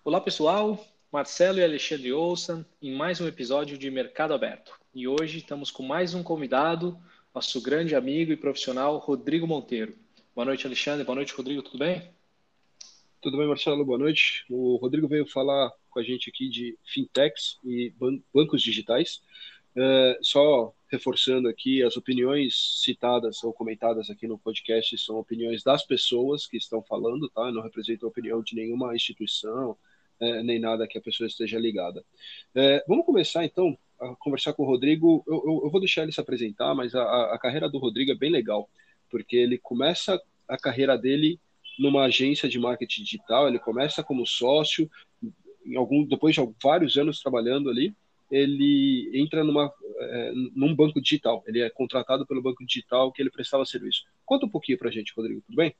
Olá pessoal, Marcelo e Alexandre Olsen em mais um episódio de Mercado Aberto. E hoje estamos com mais um convidado, nosso grande amigo e profissional Rodrigo Monteiro. Boa noite, Alexandre. Boa noite, Rodrigo. Tudo bem? Tudo bem, Marcelo? Boa noite. O Rodrigo veio falar com a gente aqui de fintechs e bancos digitais. Só reforçando aqui, as opiniões citadas ou comentadas aqui no podcast são opiniões das pessoas que estão falando, tá? Não representam a opinião de nenhuma instituição, nem nada que a pessoa esteja ligada. Vamos começar, então, a conversar com o Rodrigo. Eu vou deixar ele se apresentar, mas a carreira do Rodrigo é bem legal, porque ele começa a carreira dele numa agência de marketing digital. Ele começa como sócio, depois de vários anos trabalhando ali, ele entra num banco digital. Ele é contratado pelo banco digital que ele prestava serviço. Conta um pouquinho para a gente, Rodrigo, tudo bem?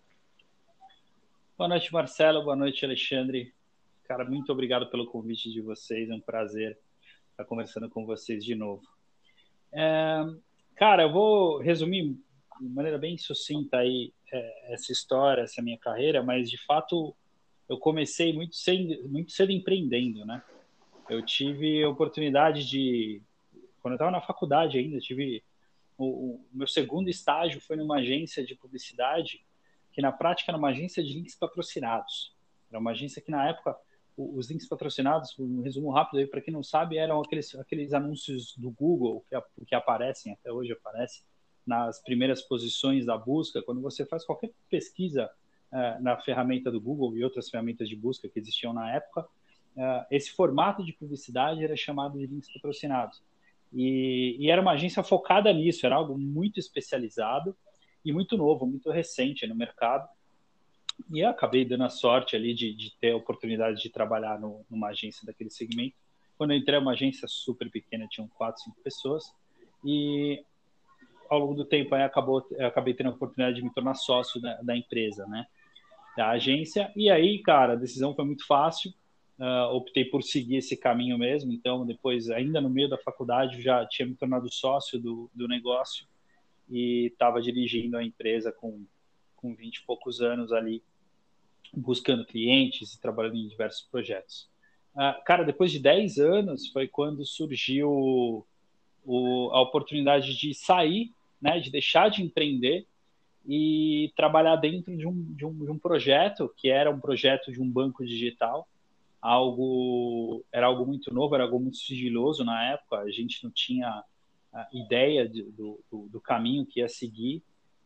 Boa noite, Marcelo. Boa noite, Alexandre. Cara, muito obrigado pelo convite de vocês. É um prazer estar conversando com vocês de novo. Cara, eu vou resumir de maneira bem sucinta aí essa história, essa minha carreira, mas de fato eu comecei muito cedo empreendendo, né? Eu tive a oportunidade quando eu estava na faculdade ainda, tive o meu segundo estágio foi numa agência de publicidade, que na prática era uma agência de links patrocinados. Era uma agência que na época os links patrocinados, um resumo rápido aí para quem não sabe, eram aqueles anúncios do Google que aparecem, até hoje aparecem, nas primeiras posições da busca, quando você faz qualquer pesquisa na ferramenta do Google e outras ferramentas de busca que existiam na época, esse formato de publicidade era chamado de links patrocinados. E era uma agência focada nisso, era algo muito especializado e muito novo, muito recente no mercado. E eu acabei dando a sorte ali de ter a oportunidade de trabalhar numa agência daquele segmento. Quando eu entrei, uma agência super pequena, tinham 4, 5 pessoas. E ao longo do tempo aí eu acabei tendo a oportunidade de me tornar sócio da empresa, né? Da agência. E aí, cara, a decisão foi muito fácil. Optei por seguir esse caminho mesmo. Então, depois, ainda no meio da faculdade, já tinha me tornado sócio do negócio e estava dirigindo a empresa com 20 e poucos anos ali, buscando clientes e trabalhando em diversos projetos. Cara, depois de 10 anos foi quando surgiu a oportunidade de sair, né, de deixar de empreender e trabalhar dentro de um projeto, que era um projeto de um banco digital. Era algo muito novo, era algo muito sigiloso na época, a gente não tinha a ideia do caminho que ia seguir,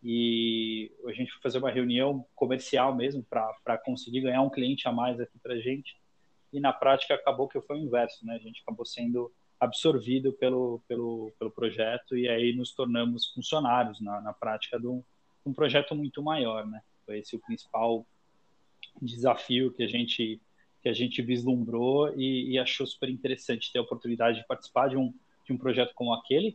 e a gente foi fazer uma reunião comercial mesmo para conseguir ganhar um cliente a mais aqui para a gente, e na prática acabou que foi o inverso, né? A gente acabou sendo absorvido pelo projeto e aí nos tornamos funcionários na prática de um projeto muito maior, né? Foi esse o principal desafio que a gente vislumbrou e achou super interessante ter a oportunidade de participar de um projeto como aquele,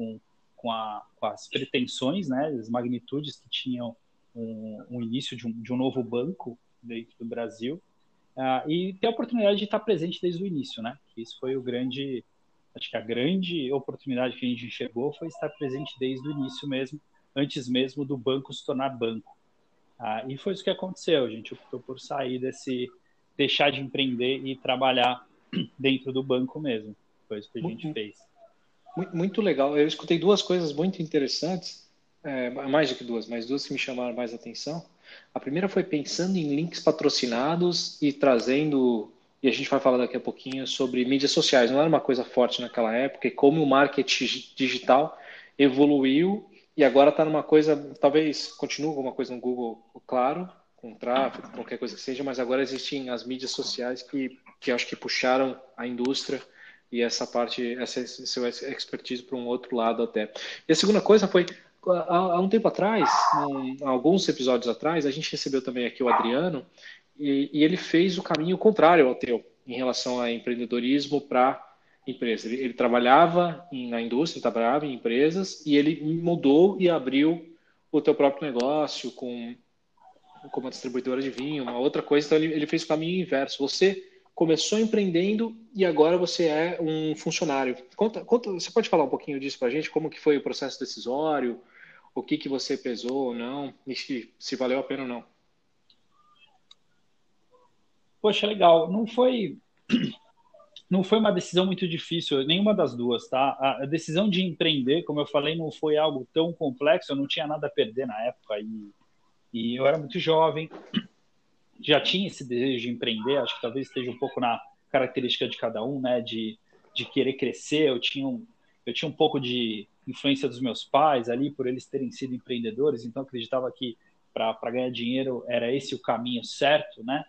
com as pretensões, né, as magnitudes que tinham um início de um novo banco dentro do Brasil, e ter a oportunidade de estar presente desde o início, né? Isso foi acho que a grande oportunidade que a gente enxergou foi estar presente desde o início mesmo, antes mesmo do banco se tornar banco. E foi isso que aconteceu. A gente optou por deixar de empreender e trabalhar dentro do banco mesmo. Foi isso que a gente fez. Muito legal. Eu escutei duas coisas muito interessantes, mais do que duas, mas duas que me chamaram mais atenção. A primeira foi pensando em links patrocinados e trazendo, e a gente vai falar daqui a pouquinho sobre mídias sociais. Não era uma coisa forte naquela época, e como o marketing digital evoluiu e agora está numa coisa, talvez continue alguma coisa no Google, claro, com tráfego, qualquer coisa que seja, mas agora existem as mídias sociais que acho que puxaram a indústria e essa seu expertise para um outro lado até. E a segunda coisa foi, há um tempo atrás, alguns episódios atrás, a gente recebeu também aqui o Adriano, e ele fez o caminho contrário ao teu, em relação a empreendedorismo para empresa. Ele trabalhava na indústria, trabalhava em empresas, e ele mudou e abriu o teu próprio negócio com uma distribuidora de vinho, uma outra coisa, então ele fez o caminho inverso. Você começou empreendendo e agora você é um funcionário. Você pode falar um pouquinho disso para a gente? Como que foi o processo decisório? O que você pesou ou não? E se valeu a pena ou não? Poxa, legal. Não foi uma decisão muito difícil, nenhuma das duas, tá? A decisão de empreender, como eu falei, não foi algo tão complexo, eu não tinha nada a perder na época e eu era muito jovem, já tinha esse desejo de empreender, acho que talvez esteja um pouco na característica de cada um, né? De querer crescer, eu tinha um pouco de influência dos meus pais ali, por eles terem sido empreendedores, então eu acreditava que para ganhar dinheiro era esse o caminho certo, né?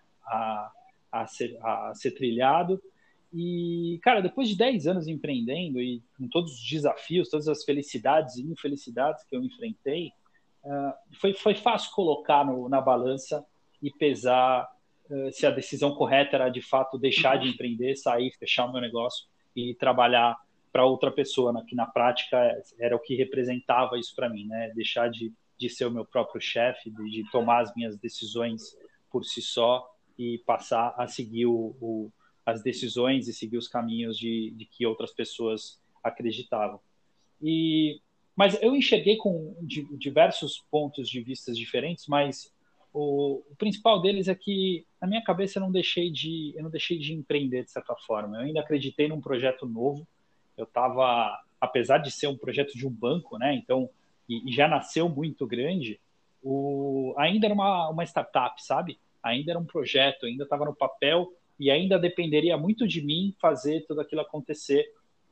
A ser trilhado. E, cara, depois de 10 anos empreendendo e com todos os desafios, todas as felicidades e infelicidades que eu enfrentei, foi fácil colocar na balança e pesar se a decisão correta era, de fato, deixar de empreender, sair, fechar o meu negócio e trabalhar para outra pessoa, né? Que na prática era o que representava isso para mim, né? Deixar de ser o meu próprio chefe, de tomar as minhas decisões por si só e passar a seguir as decisões e seguir os caminhos de que outras pessoas acreditavam. Mas eu enxerguei com diversos pontos de vista diferentes, mas o principal deles é que na minha cabeça eu não deixei de empreender de certa forma. Eu ainda acreditei num projeto novo. Eu estava, apesar de ser um projeto de um banco, né? Então e já nasceu muito grande. Ainda era uma startup, sabe? Ainda era um projeto, ainda estava no papel e ainda dependeria muito de mim fazer tudo aquilo acontecer,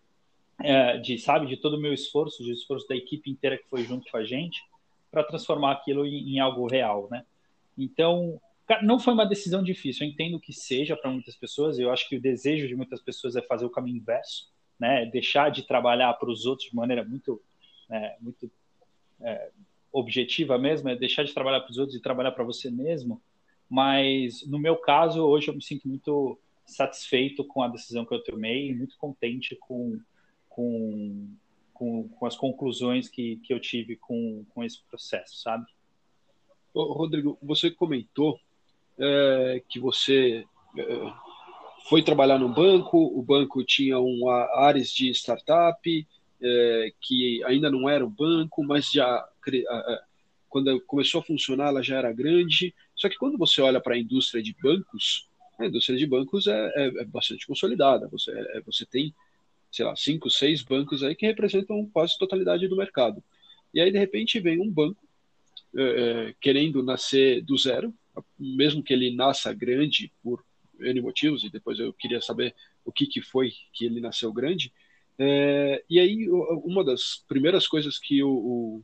de todo o meu esforço, de esforço da equipe inteira que foi junto com a gente, para transformar aquilo em algo real, né? Então, cara, não foi uma decisão difícil. Eu entendo que seja para muitas pessoas. Eu acho que o desejo de muitas pessoas é fazer o caminho inverso, né? Deixar de trabalhar para os outros de maneira muito objetiva mesmo, é deixar de trabalhar para os outros e trabalhar para você mesmo. Mas, no meu caso, hoje eu me sinto muito satisfeito com a decisão que eu tomei e muito contente com as conclusões que eu tive com esse processo, sabe? Ô, Rodrigo, você comentou que você foi trabalhar no banco, o banco tinha áreas de startup, que ainda não era um banco, mas já quando começou a funcionar ela já era grande. Só que quando você olha para a indústria de bancos, a indústria de bancos é bastante consolidada. Você tem, sei lá, 5, 6 bancos aí que representam quase a totalidade do mercado. E aí, de repente, vem um banco querendo nascer do zero, mesmo que ele nasça grande por N motivos, e depois eu queria saber o que foi que ele nasceu grande. E aí, uma das primeiras coisas que o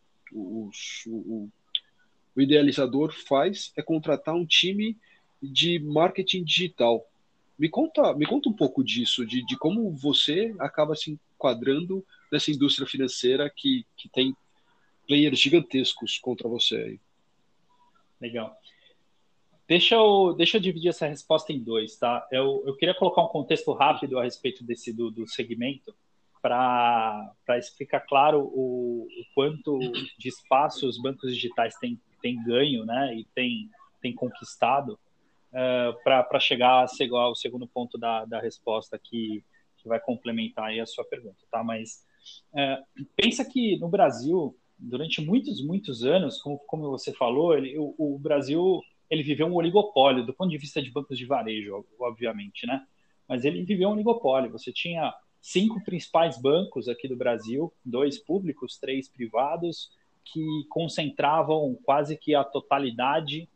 idealizador faz é contratar um time de marketing digital. Me conta um pouco disso, de como você acaba se enquadrando nessa indústria financeira que tem players gigantescos contra você aí. Legal. Deixa eu dividir essa resposta em dois, tá? Eu queria colocar um contexto rápido a respeito do segmento para explicar claro o quanto de espaço os bancos digitais têm ganho, né? E têm conquistado para chegar ao segundo ponto da resposta que vai complementar aí a sua pergunta, tá? Mas pensa que no Brasil, durante muitos anos, como você falou, o Brasil ele viveu um oligopólio do ponto de vista de bancos de varejo, obviamente, né? Mas ele viveu um oligopólio. Você tinha 5 principais bancos aqui do Brasil, 2 públicos, 3 privados, que concentravam quase que a totalidade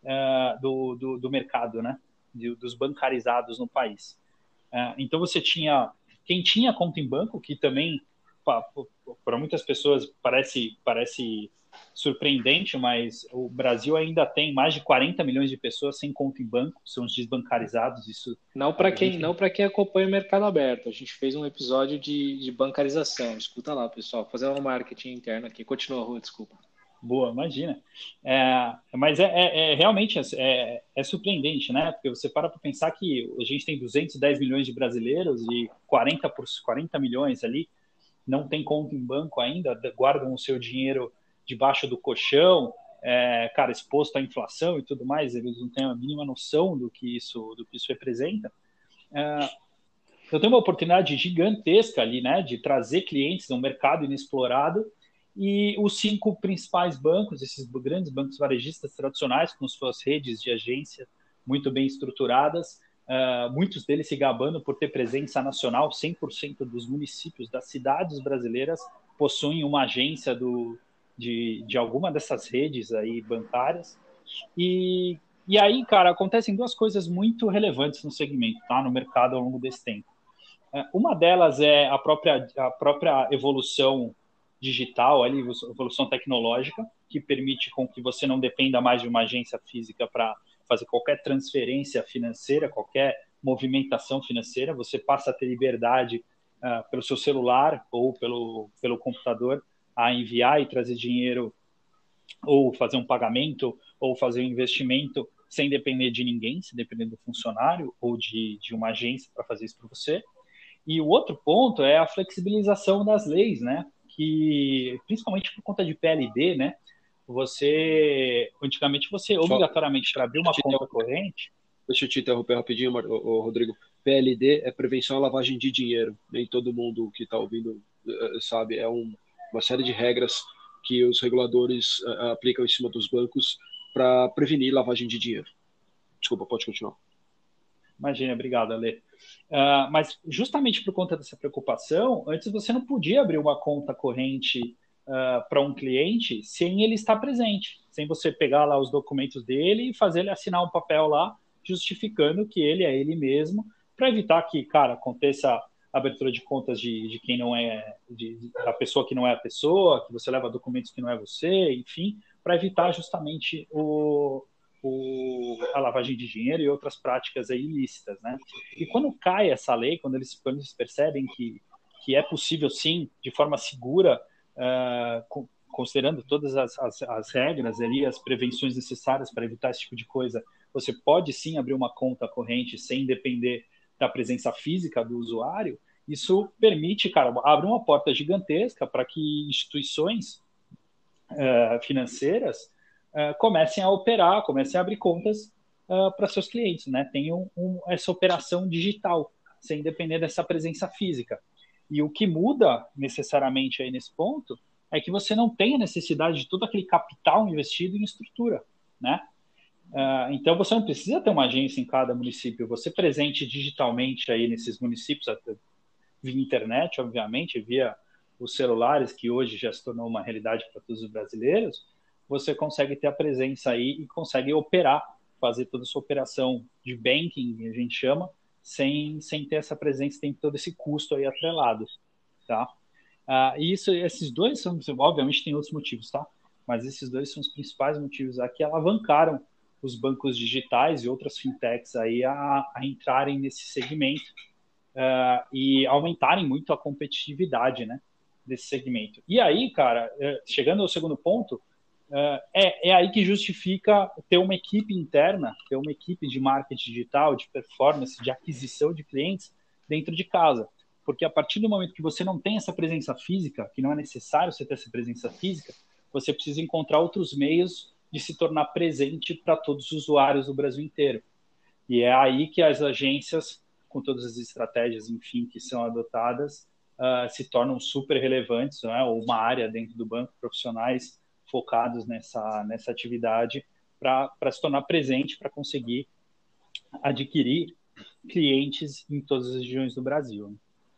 do mercado, né? Dos bancarizados no país. Então você tinha quem tinha conta em banco, que também para muitas pessoas parece surpreendente, mas o Brasil ainda tem mais de 40 milhões de pessoas sem conta em banco, são os desbancarizados. Isso não para quem acompanha o mercado aberto. A gente fez um episódio de bancarização. Escuta lá, pessoal, fazendo um marketing interno aqui. Continua, Rô, desculpa. Boa, imagina. Mas realmente surpreendente, né? Porque você para pensar que a gente tem 210 milhões de brasileiros e 40 milhões ali não tem conta em banco ainda, guardam o seu dinheiro debaixo do colchão, cara, exposto à inflação e tudo mais, eles não têm a mínima noção do que isso representa. Eu tenho uma oportunidade gigantesca ali, né, de trazer clientes num mercado inexplorado, e os 5 principais bancos, esses grandes bancos varejistas tradicionais, com suas redes de agência muito bem estruturadas, muitos deles se gabando por ter presença nacional. 100% dos municípios, das cidades brasileiras possuem uma agência de alguma dessas redes aí bancárias. E aí, cara, acontecem duas coisas muito relevantes no segmento, tá? No mercado ao longo desse tempo. Uma delas é a própria evolução digital, ali, evolução tecnológica, que permite com que você não dependa mais de uma agência física para fazer qualquer transferência financeira, qualquer movimentação financeira. Você passa a ter liberdade pelo seu celular ou pelo computador a enviar e trazer dinheiro, ou fazer um pagamento, ou fazer um investimento sem depender de ninguém, sem depender do funcionário ou de uma agência para fazer isso para você. E o outro ponto é a flexibilização das leis, né? Que, principalmente por conta de PLD, né? Antigamente, obrigatoriamente, para abrir uma conta corrente... Deixa eu te interromper rapidinho, Rodrigo. PLD é prevenção à lavagem de dinheiro. Nem todo mundo que está ouvindo sabe. É uma série de regras que os reguladores aplicam em cima dos bancos para prevenir lavagem de dinheiro. Desculpa, pode continuar. Imagina, obrigado, Ale. Mas justamente por conta dessa preocupação, antes você não podia abrir uma conta corrente para um cliente sem ele estar presente, sem você pegar lá os documentos dele e fazer ele assinar um papel lá justificando que ele é ele mesmo, para evitar que, cara, aconteça a abertura de contas de quem não é, da pessoa que não é a pessoa, que você leva documentos que não é você, enfim, para evitar justamente a lavagem de dinheiro e outras práticas aí ilícitas, né? E quando cai essa lei, quando eles percebem que é possível, sim, de forma segura, considerando todas as regras ali, as prevenções necessárias para evitar esse tipo de coisa, você pode sim abrir uma conta corrente sem depender da presença física do usuário. Isso permite, cara, abre uma porta gigantesca para que instituições financeiras comecem a operar, comecem a abrir contas para seus clientes, né? Tenham essa operação digital, sem depender dessa presença física. E o que muda necessariamente aí nesse ponto é que você não tem a necessidade de todo aquele capital investido em estrutura, né? Então você não precisa ter uma agência em cada município. Você presente digitalmente aí nesses municípios, via internet, obviamente, via os celulares, que hoje já se tornou uma realidade para todos os brasileiros, você consegue ter a presença aí e consegue operar, fazer toda a sua operação de banking, que a gente chama, sem ter essa presença, tem todo esse custo aí atrelado, tá? E esses dois são, obviamente tem outros motivos, tá? Mas esses dois são os principais motivos que alavancaram os bancos digitais e outras fintechs aí a entrarem nesse segmento e aumentarem muito a competitividade, né, desse segmento. E aí, cara, chegando ao segundo ponto, é aí que justifica ter uma equipe interna, ter uma equipe de marketing digital, de performance, de aquisição de clientes dentro de casa. Porque a partir do momento que você não tem essa presença física, que não é necessário você ter essa presença física, você precisa encontrar outros meios de se tornar presente para todos os usuários do Brasil inteiro. E é aí que as agências, com todas as estratégias, enfim, que são adotadas, se tornam super relevantes, né? Ou uma área dentro do banco, profissionais focados nessa atividade para se tornar presente, para conseguir adquirir clientes em todas as regiões do Brasil.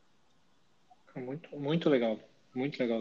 Muito, muito legal, muito legal.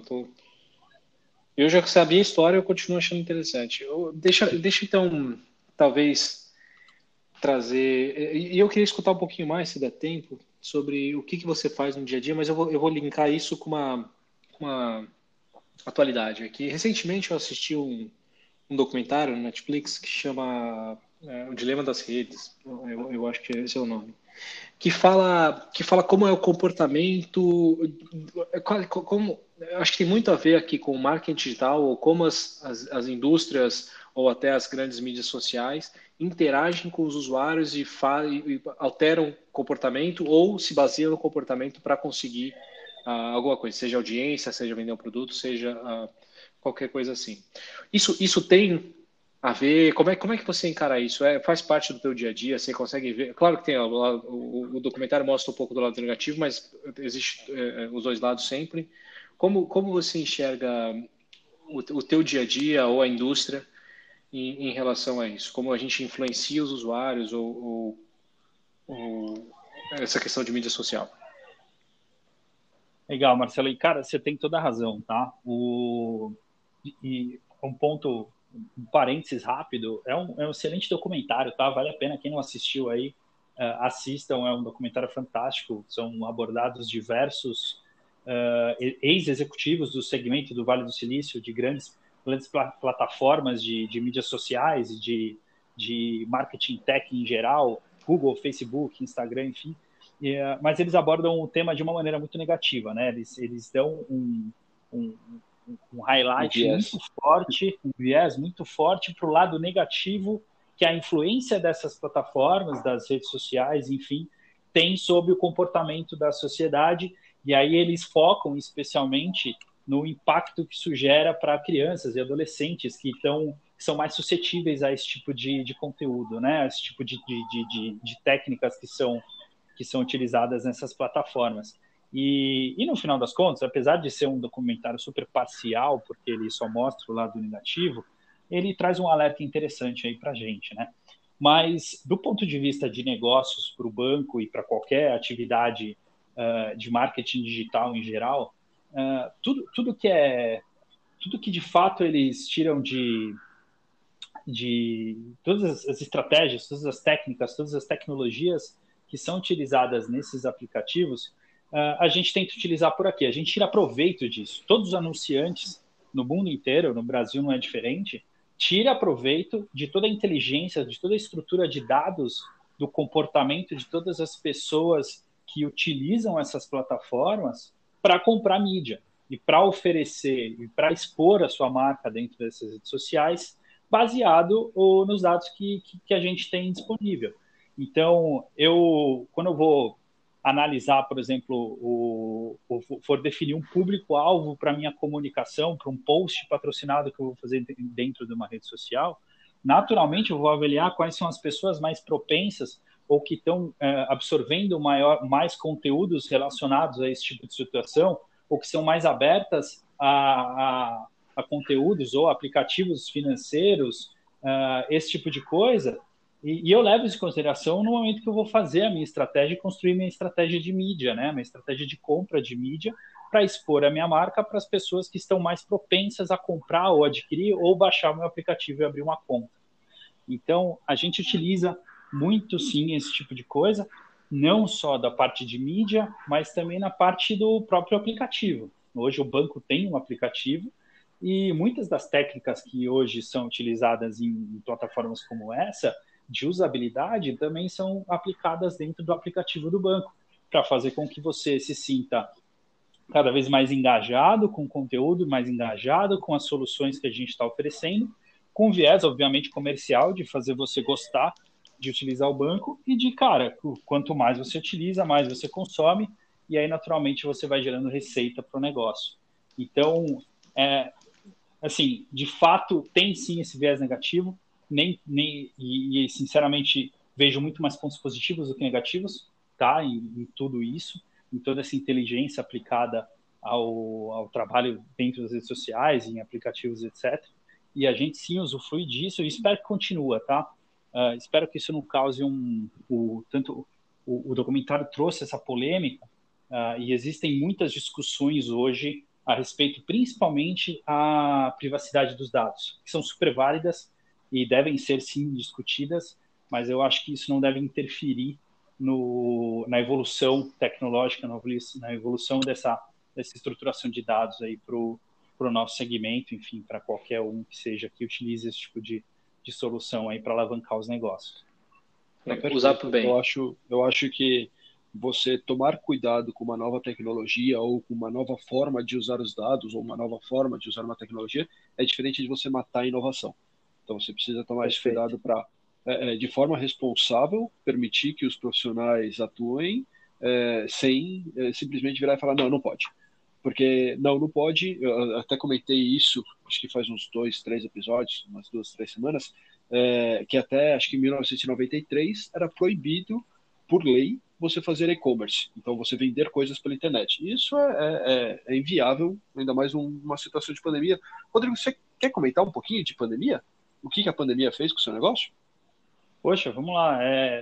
Eu já sabia a história, eu continuo achando interessante. Deixa então, talvez, trazer... E eu queria escutar um pouquinho mais, se der tempo, sobre o que você faz no dia a dia, mas eu vou linkar isso com uma atualidade aqui. Recentemente eu assisti um documentário no Netflix que chama O Dilema das Redes, eu acho que esse é o nome, que fala como é o comportamento, como, acho que tem muito a ver aqui com o marketing digital, ou como as indústrias ou até as grandes mídias sociais interagem com os usuários e alteram o comportamento ou se baseiam no comportamento para conseguir alguma coisa, seja audiência, seja vender um produto, seja qualquer coisa assim. Isso tem a ver, como é que você encara isso? Faz parte do teu dia a dia? Você consegue ver? Claro que tem o documentário mostra um pouco do lado negativo, mas existe os dois lados sempre. Como você enxerga o teu dia a dia ou a indústria em relação a isso? Como a gente influencia os usuários ou essa questão de mídia social? Legal, Marcelo. E, cara, você tem toda a razão, tá? E um ponto, um parênteses rápido, é um excelente documentário, tá? Vale a pena, quem não assistiu aí, assistam, é um documentário fantástico, são abordados diversos ex-executivos do segmento do Vale do Silício, de grandes plataformas de mídias sociais e de marketing tech em geral, Google, Facebook, Instagram, enfim, mas eles abordam o tema de uma maneira muito negativa, né? Eles dão um highlight muito forte, um viés muito forte para o lado negativo que a influência dessas plataformas, das redes sociais, enfim, tem sobre o comportamento da sociedade, e aí eles focam especialmente no impacto que isso gera para crianças e adolescentes que são mais suscetíveis a esse tipo de conteúdo, né? A esse tipo de técnicas que são utilizadas nessas plataformas. E no final das contas, apesar de ser um documentário super parcial, porque ele só mostra o lado negativo, ele traz um alerta interessante aí para a gente, né? Mas, do ponto de vista de negócios para o banco e para qualquer atividade de marketing digital em geral, tudo que de fato eles tiram de todas as estratégias, todas as técnicas, todas as tecnologias que são utilizadas nesses aplicativos, a gente tenta utilizar por aqui. A gente tira proveito disso. Todos os anunciantes no mundo inteiro, no Brasil não é diferente, tira proveito de toda a inteligência, de toda a estrutura de dados, do comportamento de todas as pessoas que utilizam essas plataformas para comprar mídia e para oferecer e para expor a sua marca dentro dessas redes sociais, baseado nos dados que a gente tem disponível. Então, quando eu vou analisar, por exemplo, for definir um público-alvo para minha comunicação, para um post patrocinado que eu vou fazer dentro de uma rede social, naturalmente eu vou avaliar quais são as pessoas mais propensas ou que estão absorvendo mais conteúdos relacionados a esse tipo de situação, ou que são mais abertas a conteúdos ou aplicativos financeiros, esse tipo de coisa, e eu levo isso em consideração no momento que eu vou fazer a minha estratégia e construir minha estratégia de mídia, né? Minha estratégia de compra de mídia, para expor a minha marca para as pessoas que estão mais propensas a comprar ou adquirir ou baixar o meu aplicativo e abrir uma conta. Então, a gente utiliza muito, sim, esse tipo de coisa, não só da parte de mídia, mas também na parte do próprio aplicativo. Hoje o banco tem um aplicativo e muitas das técnicas que hoje são utilizadas em plataformas como essa, de usabilidade, também são aplicadas dentro do aplicativo do banco, para fazer com que você se sinta cada vez mais engajado com o conteúdo, mais engajado com as soluções que a gente está oferecendo, com viés, obviamente, comercial, de fazer você gostar de utilizar o banco e de, cara, quanto mais você utiliza, mais você consome, e aí, naturalmente, você vai gerando receita para o negócio. Então, assim, de fato, tem sim esse viés negativo, e sinceramente, vejo muito mais pontos positivos do que negativos, tá? Em tudo isso, em toda essa inteligência aplicada ao trabalho dentro das redes sociais, em aplicativos, etc. E a gente sim usufrui disso e espero que continue, tá? Espero que isso não cause tanto o documentário trouxe essa polêmica e existem muitas discussões hoje a respeito, principalmente, a privacidade dos dados, que são super válidas e devem ser sim discutidas, mas eu acho que isso não deve interferir na evolução tecnológica, na evolução dessa estruturação de dados aí para o nosso segmento, enfim, para qualquer um que seja que utilize esse tipo de solução aí para alavancar os negócios. Usar para o bem. Eu acho que você tomar cuidado com uma nova tecnologia ou com uma nova forma de usar os dados ou uma nova forma de usar uma tecnologia é diferente de você matar a inovação. Então você precisa tomar esse cuidado para, de forma responsável, permitir que os profissionais atuem sem simplesmente virar e falar não pode. Porque não pode, eu até comentei isso, acho que faz uns 2, 3 episódios, umas 2, 3 semanas, que até, acho que em 1993, era proibido, por lei, você fazer e-commerce. Então, você vender coisas pela internet. Isso é inviável, ainda mais numa situação de pandemia. Rodrigo, você quer comentar um pouquinho de pandemia? o que a pandemia fez com o seu negócio? Poxa, vamos lá.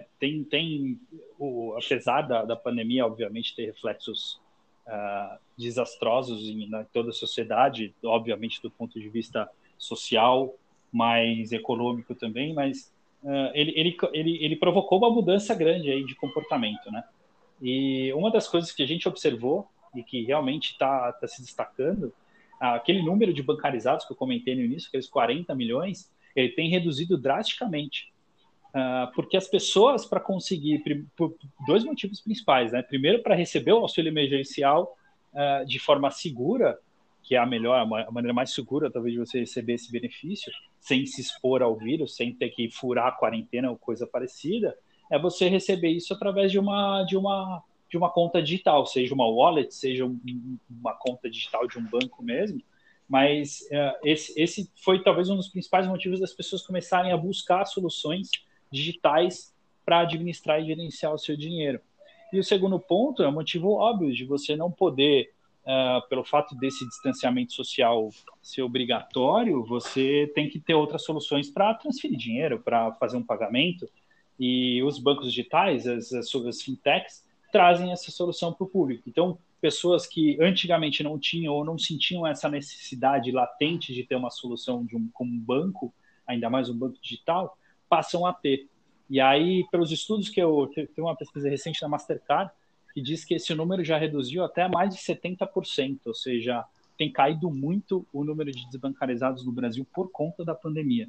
Apesar da pandemia, obviamente, ter reflexos desastrosos em toda a sociedade, obviamente do ponto de vista social, mas econômico também, mas ele provocou uma mudança grande aí de comportamento, né? E uma das coisas que a gente observou e que realmente está se destacando, aquele número de bancarizados que eu comentei no início, aqueles 40 milhões, ele tem reduzido drasticamente. Porque as pessoas, para conseguir, por dois motivos principais, né? Primeiro, para receber o auxílio emergencial de forma segura, que é a maneira mais segura, talvez, de você receber esse benefício, sem se expor ao vírus, sem ter que furar a quarentena ou coisa parecida, é você receber isso através de uma conta digital, seja uma wallet, seja uma conta digital de um banco mesmo. Mas esse foi talvez um dos principais motivos das pessoas começarem a buscar soluções digitais para administrar e gerenciar o seu dinheiro. E o segundo ponto é o motivo óbvio de você não poder, pelo fato desse distanciamento social ser obrigatório, você tem que ter outras soluções para transferir dinheiro, para fazer um pagamento. E os bancos digitais, as fintechs, trazem essa solução para o público. Então, pessoas que antigamente não tinham ou não sentiam essa necessidade latente de ter uma solução como um banco, ainda mais um banco digital, passam a ter. E aí, pelos estudos que tem uma pesquisa recente da Mastercard que diz que esse número já reduziu até mais de 70%, ou seja, tem caído muito o número de desbancarizados no Brasil por conta da pandemia.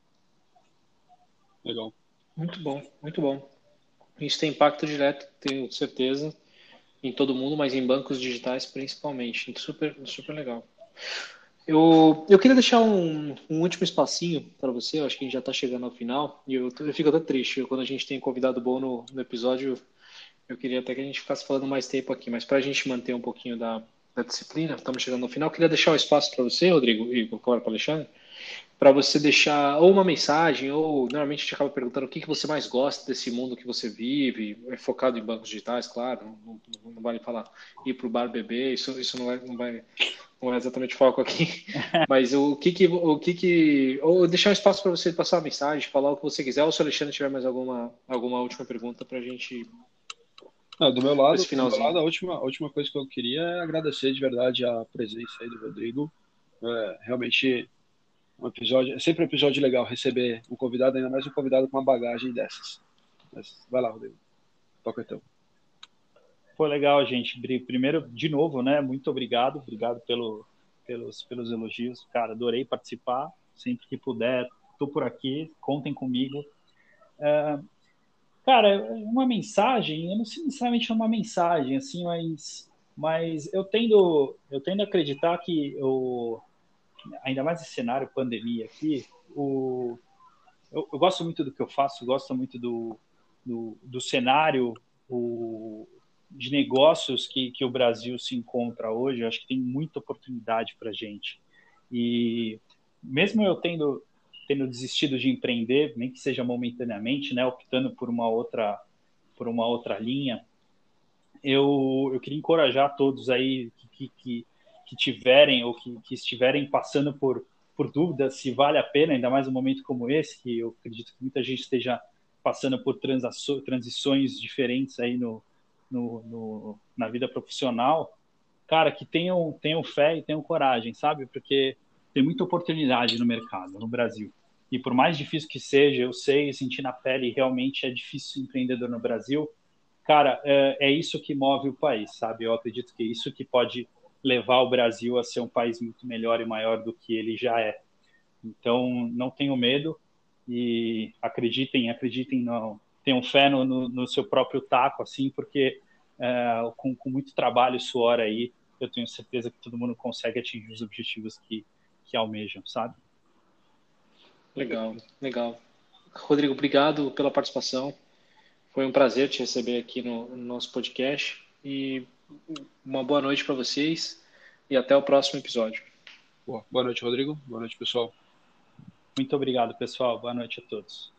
Legal. Muito bom, muito bom. Isso tem impacto direto, tenho certeza, em todo mundo, mas em bancos digitais principalmente. Super, super legal. Eu queria deixar um último espacinho para você, eu acho que a gente já está chegando ao final, e eu fico até triste. Quando a gente tem convidado bom no episódio, eu queria até que a gente ficasse falando mais tempo aqui, mas para a gente manter um pouquinho da disciplina, estamos chegando no final, eu queria deixar um espaço para você, Rodrigo, e claro para o Alexandre, para você deixar ou uma mensagem, ou normalmente a gente acaba perguntando o que você mais gosta desse mundo que você vive, é focado em bancos digitais, claro, não vale falar ir para o bar beber, isso não é exatamente foco aqui, mas ou deixar um espaço para você passar uma mensagem, falar o que você quiser, ou se o Alexandre tiver mais alguma última pergunta para a gente, Do meu lado, esse finalzinho. a última coisa que eu queria é agradecer de verdade a presença aí do Rodrigo. Realmente é sempre um episódio legal receber um convidado, ainda mais um convidado com uma bagagem dessas. Mas vai lá, Rodrigo. Toca então. Foi legal, gente. Primeiro, de novo, né? Muito obrigado. Obrigado pelos elogios. Cara, adorei participar. Sempre que puder, estou por aqui. Contem comigo. Cara, uma mensagem, eu não sei necessariamente uma mensagem, assim, mas eu tendo a acreditar que, ainda mais esse cenário pandemia aqui, eu gosto muito do que eu faço, gosto muito do cenário de negócios que o Brasil se encontra hoje. Eu acho que tem muita oportunidade para a gente. E mesmo eu tendo desistido de empreender, nem que seja momentaneamente, né, optando por uma outra linha, eu queria encorajar todos aí que tiverem ou que estiverem passando por dúvidas se vale a pena, ainda mais um momento como esse, que eu acredito que muita gente esteja passando por transições diferentes aí na vida profissional. Cara, que tenham fé e tenham coragem, sabe? Porque tem muita oportunidade no mercado, no Brasil. E por mais difícil que seja, eu sei, sentir na pele, realmente é difícil ser empreendedor no Brasil. Cara, é isso que move o país, sabe? Eu acredito que é isso que pode levar o Brasil a ser um país muito melhor e maior do que ele já é. Então, não tenham medo e acreditem, não. Tenham fé no seu próprio taco, assim, porque com muito trabalho e suor aí, eu tenho certeza que todo mundo consegue atingir os objetivos que almejam, sabe? Legal, legal. Rodrigo, obrigado pela participação. Foi um prazer te receber aqui no nosso podcast e uma boa noite para vocês e até o próximo episódio. Boa noite, Rodrigo. Boa noite, pessoal. Muito obrigado, pessoal. Boa noite a todos.